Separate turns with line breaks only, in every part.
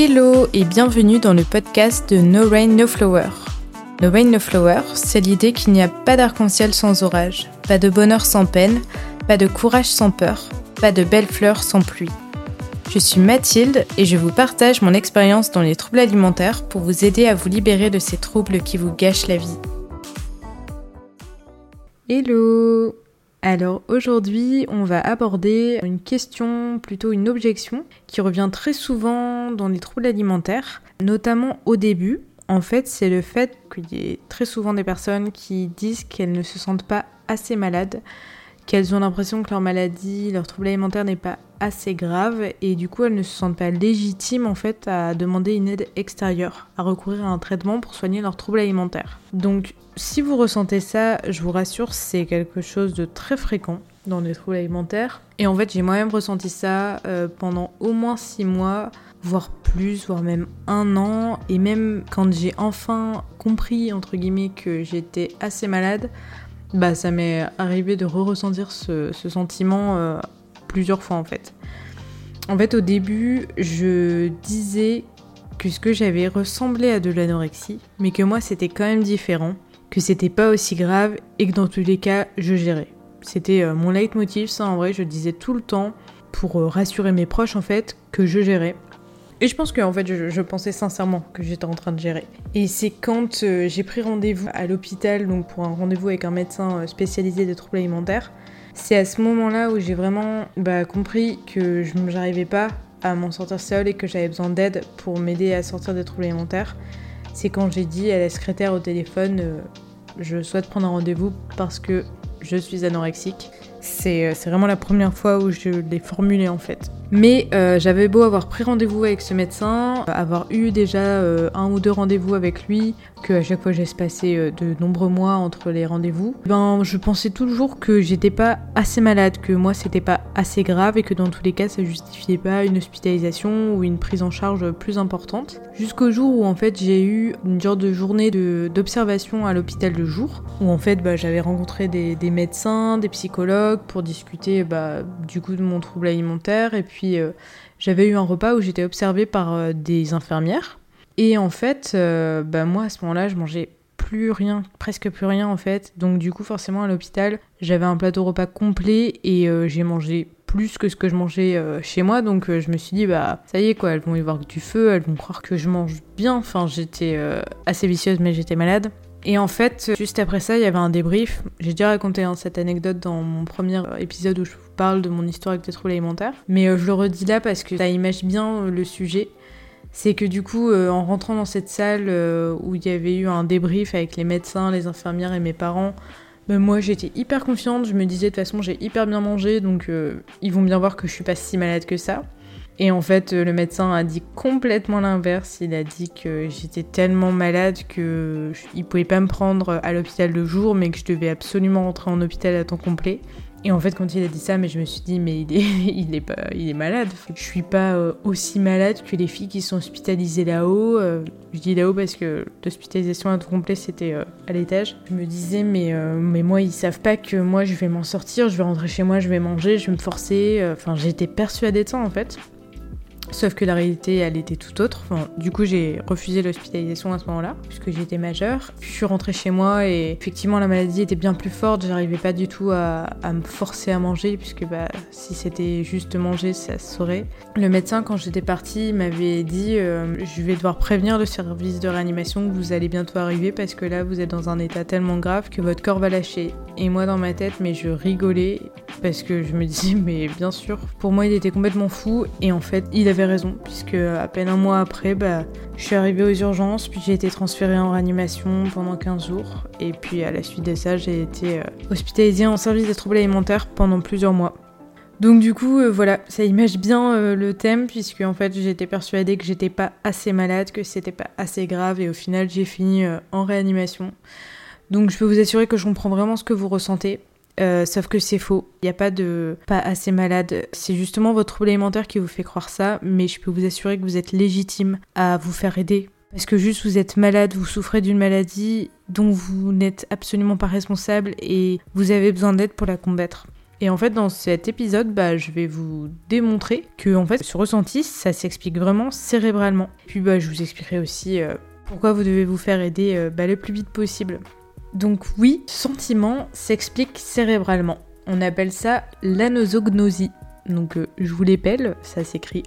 Hello et bienvenue dans le podcast de No Rain No Flower. No Rain No Flower, c'est l'idée qu'il n'y a pas d'arc-en-ciel sans orage, pas de bonheur sans peine, pas de courage sans peur, pas de belles fleurs sans pluie. Je suis Mathilde et je vous partage mon expérience dans les troubles alimentaires pour vous aider à vous libérer de ces troubles qui vous gâchent la vie. Hello! Alors aujourd'hui, on va aborder une question, plutôt une objection, qui revient très souvent dans les troubles alimentaires, notamment au début. En fait, c'est le fait qu'il y ait très souvent des personnes qui disent qu'elles ne se sentent pas assez malades, qu'elles ont l'impression que leur maladie, leur trouble alimentaire n'est pas assez grave, et du coup elles ne se sentent pas légitimes en fait à demander une aide extérieure, à recourir à un traitement pour soigner leur trouble alimentaire. Donc si vous ressentez ça, je vous rassure, c'est quelque chose de très fréquent dans les troubles alimentaires. Et en fait j'ai moi-même ressenti ça pendant au moins 6 mois, voire plus, voire même 1 an, et même quand j'ai enfin compris entre guillemets que j'étais assez malade, ça m'est arrivé de ressentir ce sentiment plusieurs fois en fait. En fait, au début, je disais que ce que j'avais ressemblait à de l'anorexie, mais que moi c'était quand même différent, que c'était pas aussi grave et que dans tous les cas, je gérais. C'était mon leitmotiv, ça en vrai, je disais tout le temps pour rassurer mes proches en fait que je gérais. Et je pense que en fait, je pensais sincèrement que j'étais en train de gérer. Et c'est quand j'ai pris rendez-vous à l'hôpital, donc pour un rendez-vous avec un médecin spécialisé des troubles alimentaires, c'est à ce moment-là où j'ai vraiment compris que je n'arrivais pas à m'en sortir seule et que j'avais besoin d'aide pour m'aider à sortir des troubles alimentaires. C'est quand j'ai dit à la secrétaire au téléphone je souhaite prendre un rendez-vous parce que je suis anorexique. C'est vraiment la première fois où je l'ai formulé en fait. Mais j'avais beau avoir pris rendez-vous avec ce médecin, avoir eu déjà 1 ou 2 rendez-vous avec lui, qu'à chaque fois j'ai passé de nombreux mois entre les rendez-vous, je pensais toujours que j'étais pas assez malade, que moi c'était pas assez grave et que dans tous les cas ça justifiait pas une hospitalisation ou une prise en charge plus importante. Jusqu'au jour où en fait j'ai eu une genre de journée d'observation à l'hôpital de jour, où en fait j'avais rencontré des médecins, des psychologues pour discuter du coup de mon trouble alimentaire, et puis j'avais eu un repas où j'étais observée par des infirmières, et en fait moi à ce moment-là je mangeais plus rien, presque plus rien en fait, donc du coup forcément à l'hôpital j'avais un plateau repas complet et j'ai mangé plus que ce que je mangeais chez moi, donc je me suis dit ça y est quoi, elles vont y voir du feu, elles vont croire que je mange bien, enfin j'étais assez vicieuse mais j'étais malade. Et en fait, juste après ça, il y avait un débrief. J'ai déjà raconté cette anecdote dans mon premier épisode où je vous parle de mon histoire avec les troubles alimentaires. Mais je le redis là parce que ça image bien le sujet. C'est que du coup, en rentrant dans cette salle où il y avait eu un débrief avec les médecins, les infirmières et mes parents, moi j'étais hyper confiante. Je me disais de toute façon, j'ai hyper bien mangé, donc ils vont bien voir que je suis pas si malade que ça. Et en fait, le médecin a dit complètement l'inverse. Il a dit que j'étais tellement malade qu'il pouvait pas me prendre à l'hôpital de jour, mais que je devais absolument rentrer en hôpital à temps complet. Et en fait, quand il a dit ça, je me suis dit, mais il est malade. Je suis pas aussi malade que les filles qui sont hospitalisées là-haut. Je dis là-haut parce que l'hospitalisation à temps complet, c'était à l'étage. Je me disais, mais moi, ils savent pas que moi, je vais m'en sortir. Je vais rentrer chez moi, je vais manger, je vais me forcer. J'étais persuadée de ça, en fait. Sauf que la réalité, elle était tout autre. Du coup, j'ai refusé l'hospitalisation à ce moment-là, puisque j'étais majeure. Je suis rentrée chez moi et effectivement, la maladie était bien plus forte. J'arrivais pas du tout à me forcer à manger, puisque si c'était juste manger, ça se saurait. Le médecin, quand j'étais partie, m'avait dit je vais devoir prévenir le service de réanimation que vous allez bientôt arriver, parce que là, vous êtes dans un état tellement grave que votre corps va lâcher. Et moi, dans ma tête, je rigolais, parce que je me disais, mais bien sûr, pour moi, il était complètement fou. Et en fait, il avait raison, puisque à peine 1 mois après, je suis arrivée aux urgences, puis j'ai été transférée en réanimation pendant 15 jours, et puis à la suite de ça, j'ai été hospitalisée en service des troubles alimentaires pendant plusieurs mois. Donc du coup, ça image bien le thème, puisque en fait, j'étais persuadée que j'étais pas assez malade, que c'était pas assez grave, et au final, j'ai fini en réanimation. Donc je peux vous assurer que je comprends vraiment ce que vous ressentez. Sauf que c'est faux, il n'y a pas de pas assez malade, c'est justement votre trouble alimentaire qui vous fait croire ça, mais je peux vous assurer que vous êtes légitime à vous faire aider. Parce que juste vous êtes malade, vous souffrez d'une maladie dont vous n'êtes absolument pas responsable et vous avez besoin d'aide pour la combattre. Et en fait, dans cet épisode, je vais vous démontrer que en fait, ce ressenti, ça s'explique vraiment cérébralement. Puis je vous expliquerai aussi pourquoi vous devez vous faire aider le plus vite possible. Donc oui, ce sentiment s'explique cérébralement. On appelle ça l'anosognosie. Donc je vous l'épelle, ça s'écrit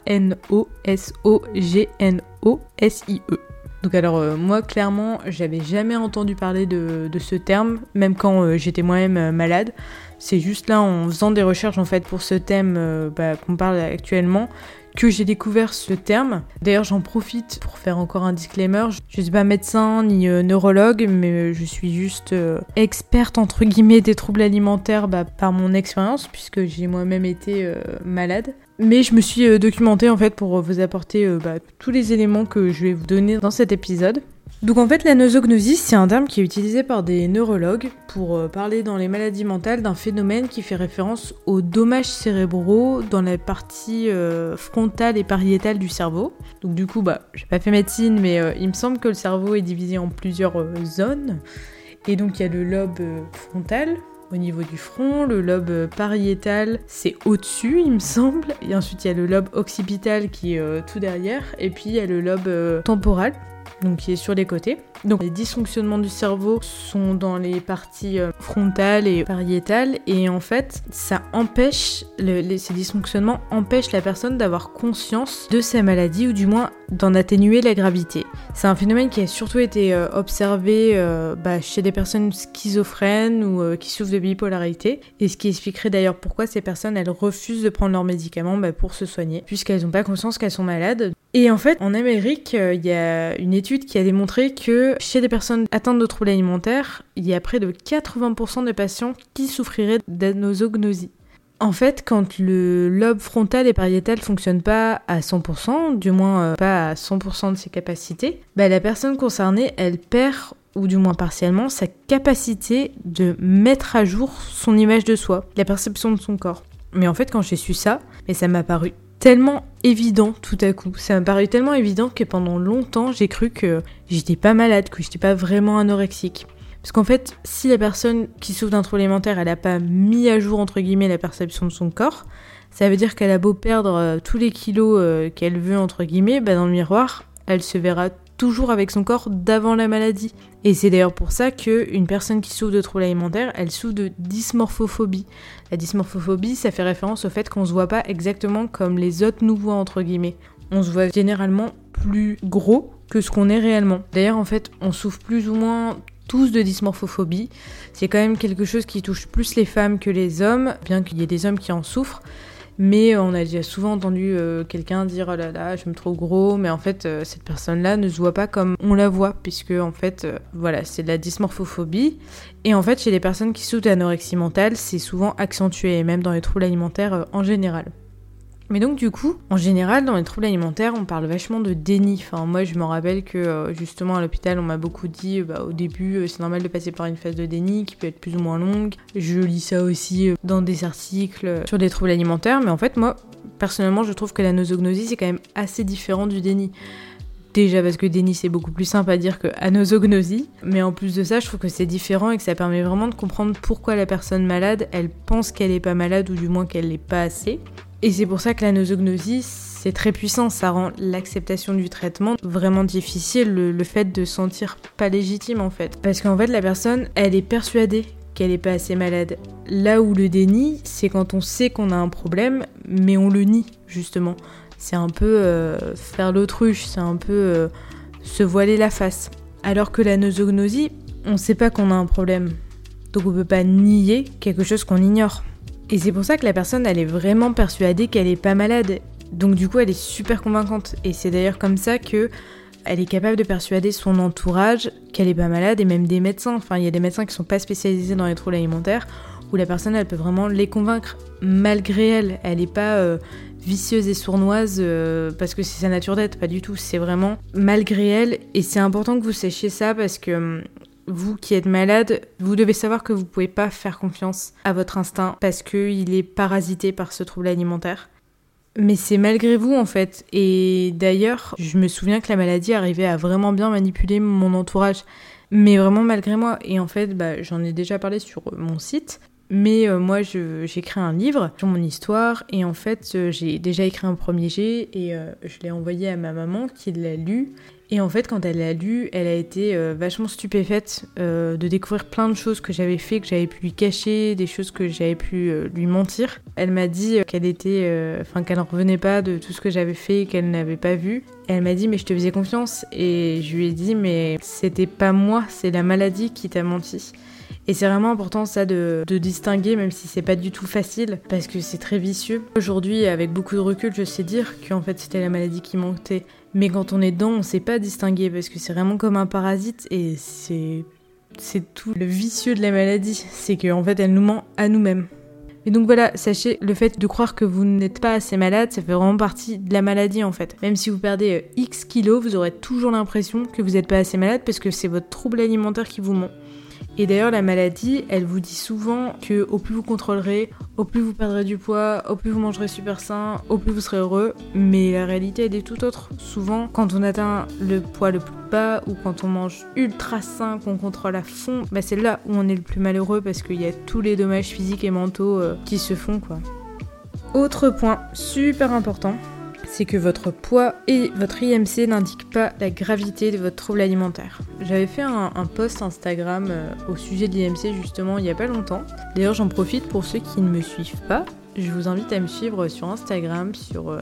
A-N-O-S-O-G-N-O-S-I-E. Donc alors moi clairement j'avais jamais entendu parler de ce terme, même quand j'étais moi-même malade. C'est juste là en faisant des recherches en fait pour ce thème qu'on parle actuellement que j'ai découvert ce terme. D'ailleurs j'en profite pour faire encore un disclaimer. Je suis pas médecin ni neurologue, mais je suis juste experte entre guillemets des troubles alimentaires par mon expérience puisque j'ai moi-même été malade. Mais je me suis documentée en fait pour vous apporter tous les éléments que je vais vous donner dans cet épisode. Donc en fait l'anosognosie c'est un terme qui est utilisé par des neurologues pour parler dans les maladies mentales d'un phénomène qui fait référence aux dommages cérébraux dans la partie frontale et pariétale du cerveau. Donc du coup j'ai pas fait médecine mais il me semble que le cerveau est divisé en plusieurs zones. Et donc il y a le lobe frontal au niveau du front, le lobe pariétal c'est au-dessus il me semble, et ensuite il y a le lobe occipital qui est tout derrière, et puis il y a le lobe temporal, donc qui est sur les côtés. Donc les dysfonctionnements du cerveau sont dans les parties frontales et pariétales, et en fait ça empêche, ces dysfonctionnements empêchent la personne d'avoir conscience de sa maladie, ou du moins d'en atténuer la gravité. C'est un phénomène qui a surtout été observé chez des personnes schizophrènes ou qui souffrent de bipolarité, et ce qui expliquerait d'ailleurs pourquoi ces personnes elles refusent de prendre leurs médicaments pour se soigner, puisqu'elles n'ont pas conscience qu'elles sont malades. Et en fait en Amérique il y a une étude qui a démontré que chez des personnes atteintes de troubles alimentaires, il y a près de 80% des patients qui souffriraient d'anosognosie. En fait, quand le lobe frontal et pariétal fonctionne pas à 100%, du moins pas à 100% de ses capacités, la personne concernée, elle perd, ou du moins partiellement, sa capacité de mettre à jour son image de soi, la perception de son corps. Mais en fait, quand j'ai su ça, ça m'a paru tellement évident tout à coup. Ça m'a paru tellement évident que pendant longtemps, j'ai cru que j'étais pas malade, que j'étais pas vraiment anorexique. Parce qu'en fait, si la personne qui souffre d'un trouble alimentaire, elle a pas mis à jour, entre guillemets, la perception de son corps, ça veut dire qu'elle a beau perdre tous les kilos qu'elle veut, entre guillemets, dans le miroir, elle se verra toujours avec son corps d'avant la maladie. Et c'est d'ailleurs pour ça qu'une personne qui souffre de troubles alimentaires, elle souffre de dysmorphophobie. La dysmorphophobie, ça fait référence au fait qu'on se voit pas exactement comme les autres nous voient, entre guillemets. On se voit généralement plus gros que ce qu'on est réellement. D'ailleurs, en fait, on souffre plus ou moins tous de dysmorphophobie. C'est quand même quelque chose qui touche plus les femmes que les hommes, bien qu'il y ait des hommes qui en souffrent. Mais on a déjà souvent entendu quelqu'un dire « Oh là là, je me trouve gros », mais en fait, cette personne-là ne se voit pas comme on la voit, puisque en fait, c'est de la dysmorphophobie. Et en fait, chez les personnes qui souffrent d'anorexie mentale, c'est souvent accentué, même dans les troubles alimentaires en général. Mais donc du coup, en général, dans les troubles alimentaires, on parle vachement de déni. Enfin, moi, je me rappelle que justement à l'hôpital, on m'a beaucoup dit au début, c'est normal de passer par une phase de déni qui peut être plus ou moins longue. Je lis ça aussi dans des articles sur des troubles alimentaires, mais en fait, moi, personnellement, je trouve que la nosognosie, c'est quand même assez différent du déni. Déjà parce que déni, c'est beaucoup plus simple à dire que anosognosie, mais en plus de ça, je trouve que c'est différent et que ça permet vraiment de comprendre pourquoi la personne malade, elle pense qu'elle est pas malade, ou du moins qu'elle l'est pas assez. Et c'est pour ça que la nosognosie, c'est très puissant, ça rend l'acceptation du traitement vraiment difficile, le fait de se sentir pas légitime en fait. Parce qu'en fait, la personne, elle est persuadée qu'elle est pas assez malade. Là où le déni, c'est quand on sait qu'on a un problème, mais on le nie, justement. C'est un peu faire l'autruche, c'est un peu se voiler la face. Alors que la nosognosie, on sait pas qu'on a un problème. Donc on peut pas nier quelque chose qu'on ignore. Et c'est pour ça que la personne, elle est vraiment persuadée qu'elle est pas malade. Donc du coup, elle est super convaincante. Et c'est d'ailleurs comme ça que elle est capable de persuader son entourage qu'elle est pas malade, et même des médecins. Enfin, il y a des médecins qui sont pas spécialisés dans les troubles alimentaires, où la personne, elle peut vraiment les convaincre malgré elle. Elle est pas vicieuse et sournoise parce que c'est sa nature d'être, pas du tout. C'est vraiment malgré elle. Et c'est important que vous sachiez ça parce que vous qui êtes malade, vous devez savoir que vous pouvez pas faire confiance à votre instinct parce qu'il est parasité par ce trouble alimentaire. Mais c'est malgré vous en fait. Et d'ailleurs, je me souviens que la maladie arrivait à vraiment bien manipuler mon entourage. Mais vraiment malgré moi. Et en fait, j'en ai déjà parlé sur mon site. Mais moi, j'écris un livre sur mon histoire et en fait, j'ai déjà écrit un premier jet et je l'ai envoyé à ma maman qui l'a lu. Et en fait, quand elle l'a lu, elle a été vachement stupéfaite de découvrir plein de choses que j'avais fait, que j'avais pu lui cacher, des choses que j'avais pu lui mentir. Elle m'a dit qu'elle qu'elle n'en revenait pas de tout ce que j'avais fait et qu'elle n'avait pas vu. Elle m'a dit mais je te faisais confiance et je lui ai dit mais c'était pas moi, c'est la maladie qui t'a menti. Et c'est vraiment important ça de distinguer, même si c'est pas du tout facile, parce que c'est très vicieux. Aujourd'hui, avec beaucoup de recul, je sais dire qu'en fait c'était la maladie qui mentait. Mais quand on est dedans, on sait pas distinguer, parce que c'est vraiment comme un parasite, et c'est tout le vicieux de la maladie. C'est qu'en fait elle nous ment à nous-mêmes. Et donc voilà, sachez, le fait de croire que vous n'êtes pas assez malade, ça fait vraiment partie de la maladie en fait. Même si vous perdez X kilos, vous aurez toujours l'impression que vous n'êtes pas assez malade, parce que c'est votre trouble alimentaire qui vous ment. Et d'ailleurs, la maladie, elle vous dit souvent que au plus vous contrôlerez, au plus vous perdrez du poids, au plus vous mangerez super sain, au plus vous serez heureux. Mais la réalité, elle est tout autre. Souvent, quand on atteint le poids le plus bas ou quand on mange ultra sain, qu'on contrôle à fond, c'est là où on est le plus malheureux parce qu'il y a tous les dommages physiques et mentaux qui se font, quoi. Autre point super important, c'est que votre poids et votre IMC n'indiquent pas la gravité de votre trouble alimentaire. J'avais fait un post Instagram au sujet de l'IMC justement il y a pas longtemps. D'ailleurs j'en profite pour ceux qui ne me suivent pas. Je vous invite à me suivre sur Instagram, sur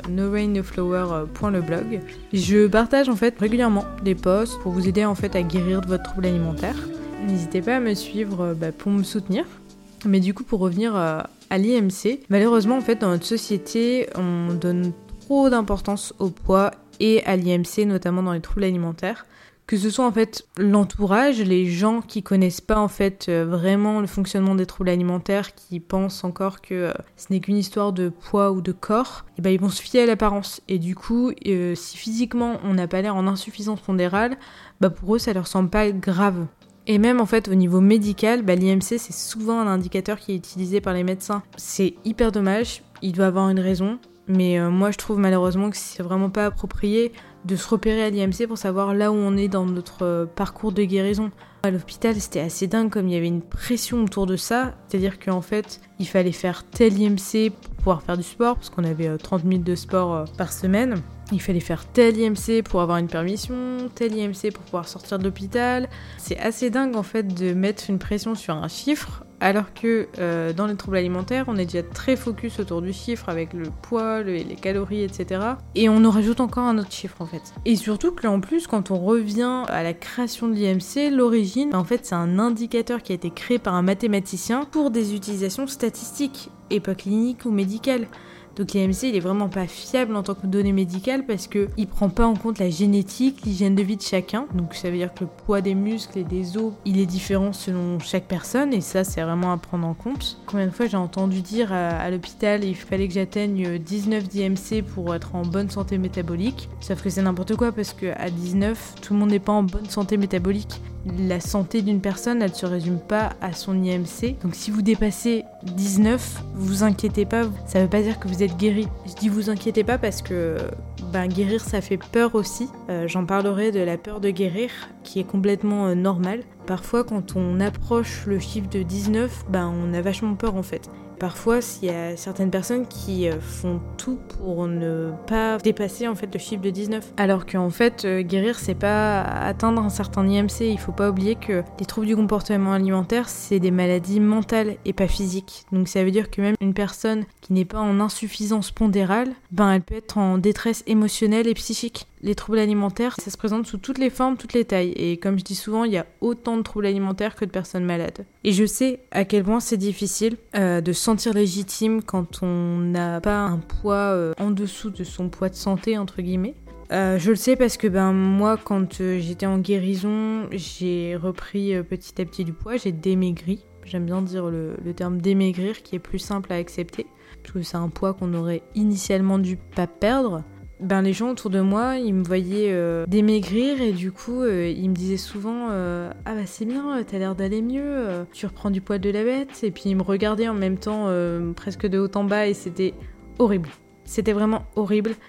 norainoflower.leblog. Je partage en fait régulièrement des posts pour vous aider en fait à guérir de votre trouble alimentaire. N'hésitez pas à me suivre pour me soutenir. Mais du coup pour revenir à l'IMC, malheureusement en fait dans notre société on donne trop d'importance au poids et à l'IMC, notamment dans les troubles alimentaires. Que ce soit en fait l'entourage, les gens qui connaissent pas en fait vraiment le fonctionnement des troubles alimentaires, qui pensent encore que ce n'est qu'une histoire de poids ou de corps, et ils vont se fier à l'apparence. Et du coup, si physiquement on n'a pas l'air en insuffisance pondérale, pour eux ça leur semble pas grave. Et même en fait au niveau médical, l'IMC c'est souvent un indicateur qui est utilisé par les médecins. C'est hyper dommage, il doit avoir une raison. Mais moi je trouve malheureusement que c'est vraiment pas approprié de se repérer à l'IMC pour savoir là où on est dans notre parcours de guérison. À l'hôpital c'était assez dingue comme il y avait une pression autour de ça, c'est-à-dire qu'en fait il fallait faire tel IMC pour pouvoir faire du sport, parce qu'on avait 30 minutes de sport par semaine. Il fallait faire tel IMC pour avoir une permission, tel IMC pour pouvoir sortir de l'hôpital. C'est assez dingue en fait de mettre une pression sur un chiffre, alors que dans les troubles alimentaires, on est déjà très focus autour du chiffre avec le poids, les calories, etc. Et on nous rajoute encore un autre chiffre en fait. Et surtout que là en plus, quand on revient à la création de l'IMC, l'origine, en fait c'est un indicateur qui a été créé par un mathématicien pour des utilisations statistiques et pas cliniques ou médicales. Donc l'IMC il est vraiment pas fiable en tant que donnée médicale parce qu'il prend pas en compte la génétique, l'hygiène de vie de chacun. Donc ça veut dire que le poids des muscles et des os, il est différent selon chaque personne et ça c'est vraiment à prendre en compte. Combien de fois j'ai entendu dire à l'hôpital il fallait que j'atteigne 19 d'IMC pour être en bonne santé métabolique. Sauf que c'est n'importe quoi parce qu'à 19, tout le monde n'est pas en bonne santé métabolique. La santé d'une personne, elle ne se résume pas à son IMC. Donc si vous dépassez 19, vous inquiétez pas, ça veut pas dire que vous êtes guéri. Je dis vous inquiétez pas parce que guérir ça fait peur aussi. J'en parlerai de la peur de guérir qui est complètement normale. Parfois quand on approche le chiffre de 19, on a vachement peur en fait. Parfois, il y a certaines personnes qui font tout pour ne pas dépasser en fait le chiffre de 19. Alors qu'en fait, guérir, c'est pas atteindre un certain IMC. Il faut pas oublier que les troubles du comportement alimentaire, c'est des maladies mentales et pas physiques. Donc ça veut dire que même une personne qui n'est pas en insuffisance pondérale, elle peut être en détresse émotionnelle et psychique. Les troubles alimentaires, ça se présente sous toutes les formes, toutes les tailles. Et comme je dis souvent, il y a autant de troubles alimentaires que de personnes malades. Et je sais à quel point c'est difficile de se sentir légitime quand on n'a pas un poids en dessous de son poids de santé, entre guillemets. Je le sais parce que moi, quand j'étais en guérison, j'ai repris petit à petit du poids, j'ai démaigri. J'aime bien dire le terme démaigrir qui est plus simple à accepter. Parce que c'est un poids qu'on aurait initialement dû pas perdre. Les gens autour de moi, ils me voyaient démaigrir et du coup, ils me disaient souvent c'est bien, t'as l'air d'aller mieux, tu reprends du poil de la bête. Et puis ils me regardaient en même temps presque de haut en bas et c'était horrible. C'était vraiment horrible.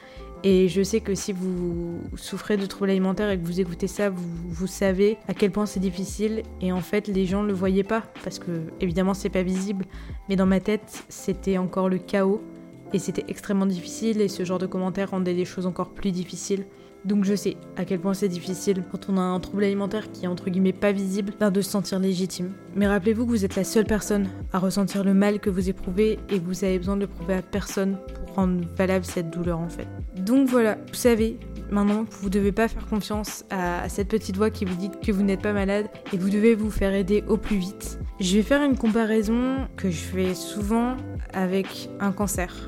Et je sais que si vous souffrez de troubles alimentaires et que vous écoutez ça, vous savez à quel point c'est difficile. Et en fait, les gens ne le voyaient pas, parce que évidemment, c'est pas visible. Mais dans ma tête, c'était encore le chaos. Et c'était extrêmement difficile. Et ce genre de commentaires rendait les choses encore plus difficiles. Donc je sais à quel point c'est difficile quand on a un trouble alimentaire qui est entre guillemets pas visible, de se sentir légitime. Mais rappelez-vous que vous êtes la seule personne à ressentir le mal que vous éprouvez et que vous avez besoin de le prouver à personne pour rendre valable cette douleur en fait. Donc voilà, vous savez maintenant que vous devez pas faire confiance à cette petite voix qui vous dit que vous n'êtes pas malade et que vous devez vous faire aider au plus vite. Je vais faire une comparaison que je fais souvent avec un cancer.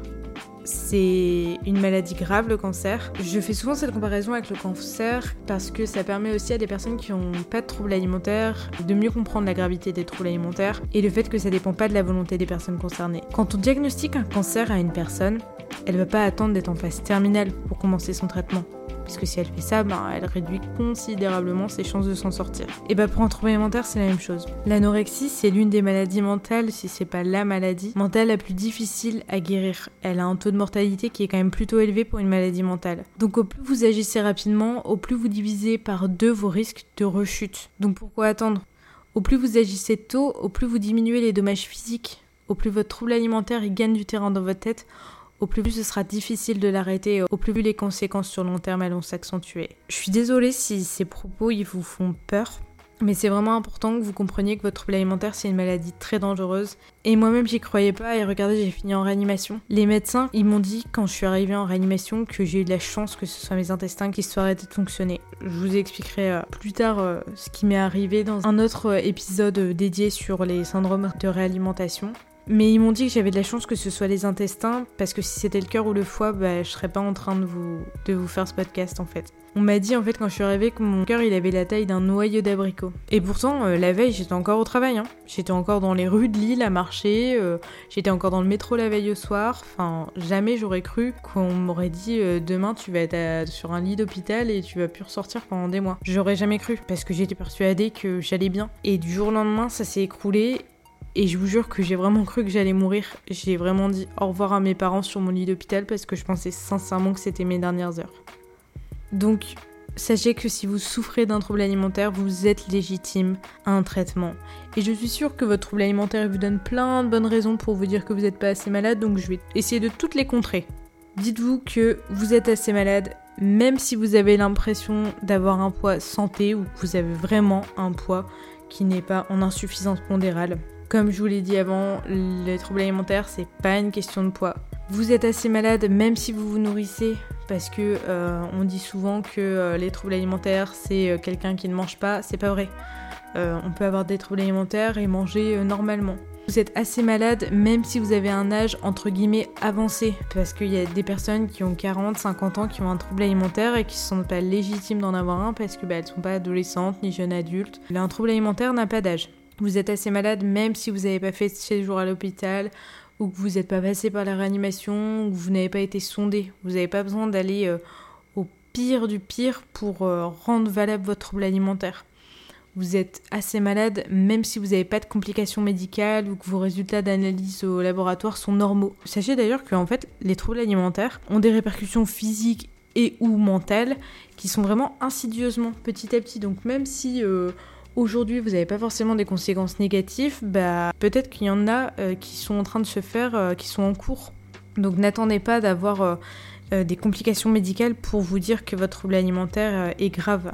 C'est une maladie grave, le cancer. Je fais souvent cette comparaison avec le cancer parce que ça permet aussi à des personnes qui n'ont pas de troubles alimentaires de mieux comprendre la gravité des troubles alimentaires et le fait que ça dépend pas de la volonté des personnes concernées. Quand on diagnostique un cancer à une personne, elle ne va pas attendre d'être en phase terminale pour commencer son traitement. Puisque si elle fait ça, elle réduit considérablement ses chances de s'en sortir. Et pour un trouble alimentaire, c'est la même chose. L'anorexie, c'est l'une des maladies mentales, si c'est pas la maladie mentale la plus difficile à guérir. Elle a un taux de mortalité qui est quand même plutôt élevé pour une maladie mentale. Donc au plus vous agissez rapidement, au plus vous divisez par 2 vos risques de rechute. Donc pourquoi attendre ? Au plus vous agissez tôt, au plus vous diminuez les dommages physiques, au plus votre trouble alimentaire il gagne du terrain dans votre tête, au plus ce sera difficile de l'arrêter, au plus les conséquences sur le long terme vont s'accentuer. Je suis désolée si ces propos ils vous font peur, mais c'est vraiment important que vous compreniez que votre trouble alimentaire c'est une maladie très dangereuse. Et moi-même j'y croyais pas et regardez, j'ai fini en réanimation. Les médecins ils m'ont dit quand je suis arrivée en réanimation que j'ai eu de la chance que ce soit mes intestins qui soient arrêtés de fonctionner. Je vous expliquerai plus tard ce qui m'est arrivé dans un autre épisode dédié sur les syndromes de réalimentation. Mais ils m'ont dit que j'avais de la chance que ce soit les intestins, parce que si c'était le cœur ou le foie, je serais pas en train de vous faire ce podcast en fait. On m'a dit en fait quand je suis arrivée que mon cœur il avait la taille d'un noyau d'abricot. Et pourtant la veille j'étais encore au travail, J'étais encore dans les rues de Lille à marcher, j'étais encore dans le métro la veille au soir, jamais j'aurais cru qu'on m'aurait dit demain tu vas être sur un lit d'hôpital et tu vas plus ressortir pendant des mois. J'aurais jamais cru, parce que j'étais persuadée que j'allais bien. Et du jour au lendemain ça s'est écroulé. Et je vous jure que j'ai vraiment cru que j'allais mourir. J'ai vraiment dit au revoir à mes parents sur mon lit d'hôpital parce que je pensais sincèrement que c'était mes dernières heures. Donc, sachez que si vous souffrez d'un trouble alimentaire, vous êtes légitime à un traitement. Et je suis sûre que votre trouble alimentaire vous donne plein de bonnes raisons pour vous dire que vous n'êtes pas assez malade, donc je vais essayer de toutes les contrer. Dites-vous que vous êtes assez malade, même si vous avez l'impression d'avoir un poids santé ou que vous avez vraiment un poids qui n'est pas en insuffisance pondérale. Comme je vous l'ai dit avant, les troubles alimentaires, c'est pas une question de poids. Vous êtes assez malade même si vous vous nourrissez, parce que on dit souvent que les troubles alimentaires, c'est quelqu'un qui ne mange pas. C'est pas vrai. On peut avoir des troubles alimentaires et manger normalement. Vous êtes assez malade même si vous avez un âge entre guillemets avancé, parce qu'il y a des personnes qui ont 40, 50 ans qui ont un trouble alimentaire et qui se sentent pas légitimes d'en avoir un parce que elles sont pas adolescentes ni jeunes adultes. Là, un trouble alimentaire n'a pas d'âge. Vous êtes assez malade même si vous n'avez pas fait de séjour à l'hôpital ou que vous n'êtes pas passé par la réanimation ou que vous n'avez pas été sondé. Vous n'avez pas besoin d'aller au pire du pire pour rendre valable votre trouble alimentaire. Vous êtes assez malade même si vous n'avez pas de complications médicales ou que vos résultats d'analyse au laboratoire sont normaux. Sachez d'ailleurs que en fait, les troubles alimentaires ont des répercussions physiques et ou mentales qui sont vraiment insidieusement petit à petit. Donc même si aujourd'hui vous n'avez pas forcément des conséquences négatives, peut-être qu'il y en a qui sont en train de se faire, qui sont en cours. Donc n'attendez pas d'avoir des complications médicales pour vous dire que votre trouble alimentaire est grave.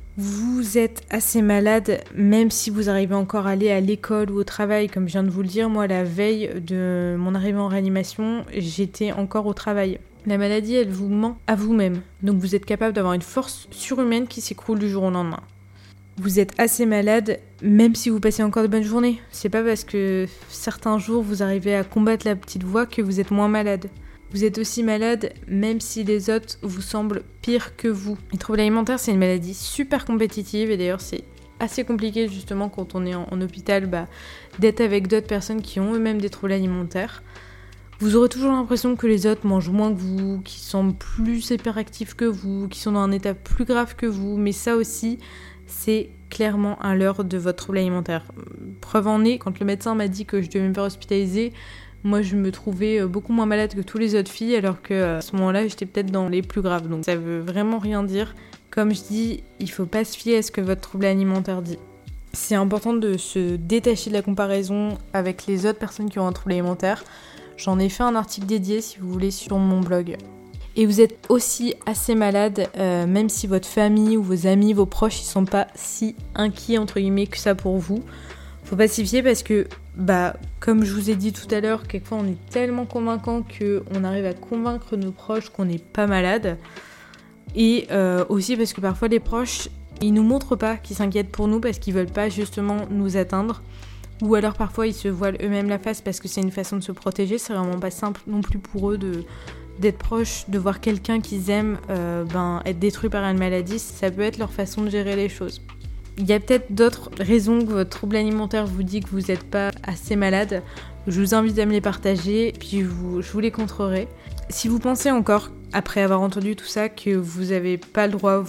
Vous êtes assez malade même si vous arrivez encore à aller à l'école ou au travail. Comme je viens de vous le dire, moi la veille de mon arrivée en réanimation, j'étais encore au travail. La maladie, elle vous ment à vous-même. Donc vous êtes capable d'avoir une force surhumaine qui s'écroule du jour au lendemain. Vous êtes assez malade même si vous passez encore de bonnes journées. C'est pas parce que certains jours vous arrivez à combattre la petite voix que vous êtes moins malade. Vous êtes aussi malade même si les autres vous semblent pires que vous. Les troubles alimentaires, c'est une maladie super compétitive et d'ailleurs c'est assez compliqué justement quand on est en hôpital d'être avec d'autres personnes qui ont eux-mêmes des troubles alimentaires. Vous aurez toujours l'impression que les autres mangent moins que vous, qui semblent plus hyperactifs que vous, qui sont dans un état plus grave que vous, mais ça aussi, c'est clairement un leurre de votre trouble alimentaire. Preuve en est, quand le médecin m'a dit que je devais me faire hospitaliser, Moi, je me trouvais beaucoup moins malade que toutes les autres filles, alors que à ce moment-là, j'étais peut-être dans les plus graves. Donc ça veut vraiment rien dire. Comme je dis, il faut pas se fier à ce que votre trouble alimentaire dit. C'est important de se détacher de la comparaison avec les autres personnes qui ont un trouble alimentaire. J'en ai fait un article dédié, si vous voulez, sur mon blog. Et vous êtes aussi assez malade, même si votre famille ou vos amis, vos proches, ils sont pas si inquiets, entre guillemets, que ça pour vous. Faut pas s'y fier parce que, comme je vous ai dit tout à l'heure, quelquefois on est tellement convaincant qu'on arrive à convaincre nos proches qu'on n'est pas malade. Et aussi parce que parfois les proches, ils nous montrent pas qu'ils s'inquiètent pour nous parce qu'ils veulent pas justement nous atteindre. Ou alors parfois ils se voilent eux-mêmes la face parce que c'est une façon de se protéger. C'est vraiment pas simple non plus pour eux d'être proches, de voir quelqu'un qu'ils aiment être détruit par une maladie. Ça peut être leur façon de gérer les choses. Il y a peut-être d'autres raisons que votre trouble alimentaire vous dit que vous n'êtes pas assez malade. Je vous invite à me les partager, puis je vous les contrerai. Si vous pensez encore, après avoir entendu tout ça, que vous n'avez pas le droit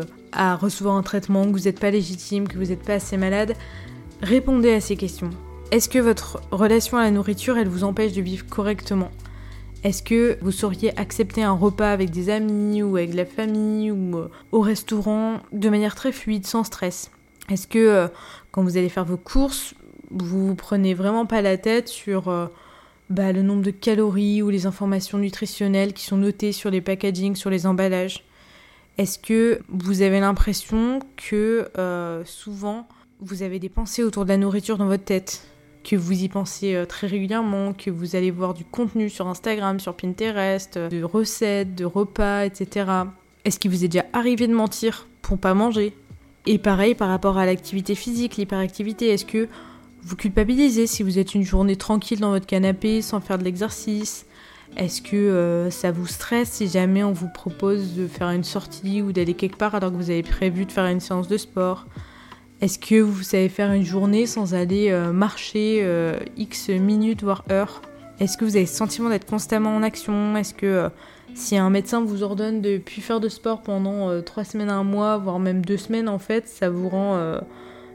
à recevoir un traitement, que vous n'êtes pas légitime, que vous n'êtes pas assez malade, répondez à ces questions. Est-ce que votre relation à la nourriture, elle vous empêche de vivre correctement ? Est-ce que vous sauriez accepter un repas avec des amis ou avec la famille ou au restaurant de manière très fluide, sans stress ? Est-ce que quand vous allez faire vos courses, vous vous prenez vraiment pas la tête sur le nombre de calories ou les informations nutritionnelles qui sont notées sur les packagings, sur les emballages ? Est-ce que vous avez l'impression que souvent vous avez des pensées autour de la nourriture dans votre tête ? Que vous y pensez très régulièrement, que vous allez voir du contenu sur Instagram, sur Pinterest, de recettes, de repas, etc. Est-ce qu'il vous est déjà arrivé de mentir pour pas manger ? Et pareil par rapport à l'activité physique, l'hyperactivité, est-ce que vous culpabilisez si vous êtes une journée tranquille dans votre canapé sans faire de l'exercice ? Est-ce que ça vous stresse si jamais on vous propose de faire une sortie ou d'aller quelque part alors que vous avez prévu de faire une séance de sport ? Est-ce que vous savez faire une journée sans aller marcher X minutes, voire heures ? Est-ce que vous avez le sentiment d'être constamment en action ? Est-ce que si un médecin vous ordonne de ne plus faire de sport pendant 3 semaines à un mois, voire même 2 semaines, en fait, ça vous rend nerveux ?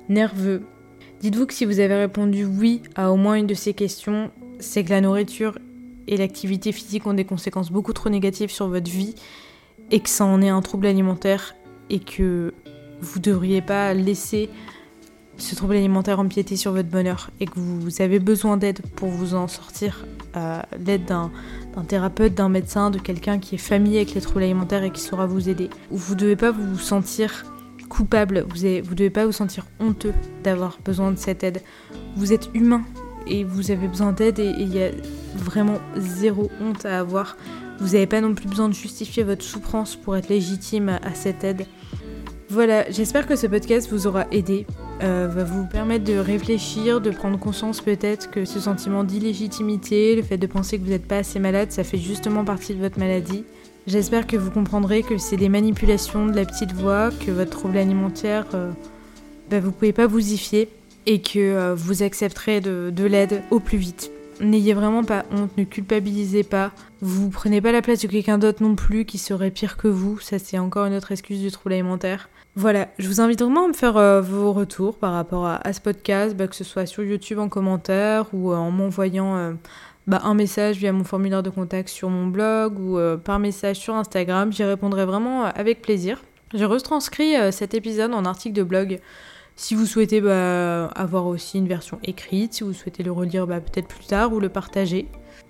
Dites-vous que si vous avez répondu oui à au moins une de ces questions, c'est que la nourriture et l'activité physique ont des conséquences beaucoup trop négatives sur votre vie et que ça en est un trouble alimentaire et que vous ne devriez pas laisser ce trouble alimentaire empiéter sur votre bonheur et que vous avez besoin d'aide pour vous en sortir, l'aide d'un thérapeute, d'un médecin, de quelqu'un qui est familier avec les troubles alimentaires et qui saura vous aider. Vous ne devez pas vous sentir coupable, vous ne devez pas vous sentir honteux d'avoir besoin de cette aide. Vous êtes humain et vous avez besoin d'aide et il y a vraiment zéro honte à avoir. Vous n'avez pas non plus besoin de justifier votre souffrance pour être légitime à cette aide. Voilà, j'espère que ce podcast vous aura aidé, va vous permettre de réfléchir, de prendre conscience peut-être que ce sentiment d'illégitimité, le fait de penser que vous n'êtes pas assez malade, ça fait justement partie de votre maladie. J'espère que vous comprendrez que c'est des manipulations de la petite voix, que votre trouble alimentaire, vous pouvez pas vous y fier et que vous accepterez de l'aide au plus vite. N'ayez vraiment pas honte, ne culpabilisez pas. Vous prenez pas la place de quelqu'un d'autre non plus qui serait pire que vous. Ça, c'est encore une autre excuse du trouble alimentaire. Voilà, je vous invite vraiment à me faire vos retours par rapport à ce podcast, que ce soit sur YouTube en commentaire ou en m'envoyant un message via mon formulaire de contact sur mon blog ou par message sur Instagram. J'y répondrai vraiment avec plaisir. J'ai retranscrit cet épisode en article de blog. Si vous souhaitez avoir aussi une version écrite, si vous souhaitez le relire peut-être plus tard ou le partager.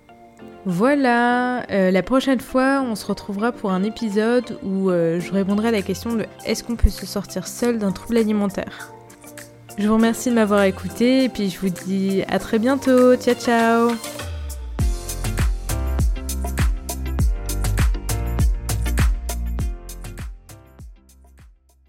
Voilà, la prochaine fois, on se retrouvera pour un épisode où je répondrai à la question de est-ce qu'on peut se sortir seul d'un trouble alimentaire ? Je vous remercie de m'avoir écouté et puis je vous dis à très bientôt. Ciao ciao !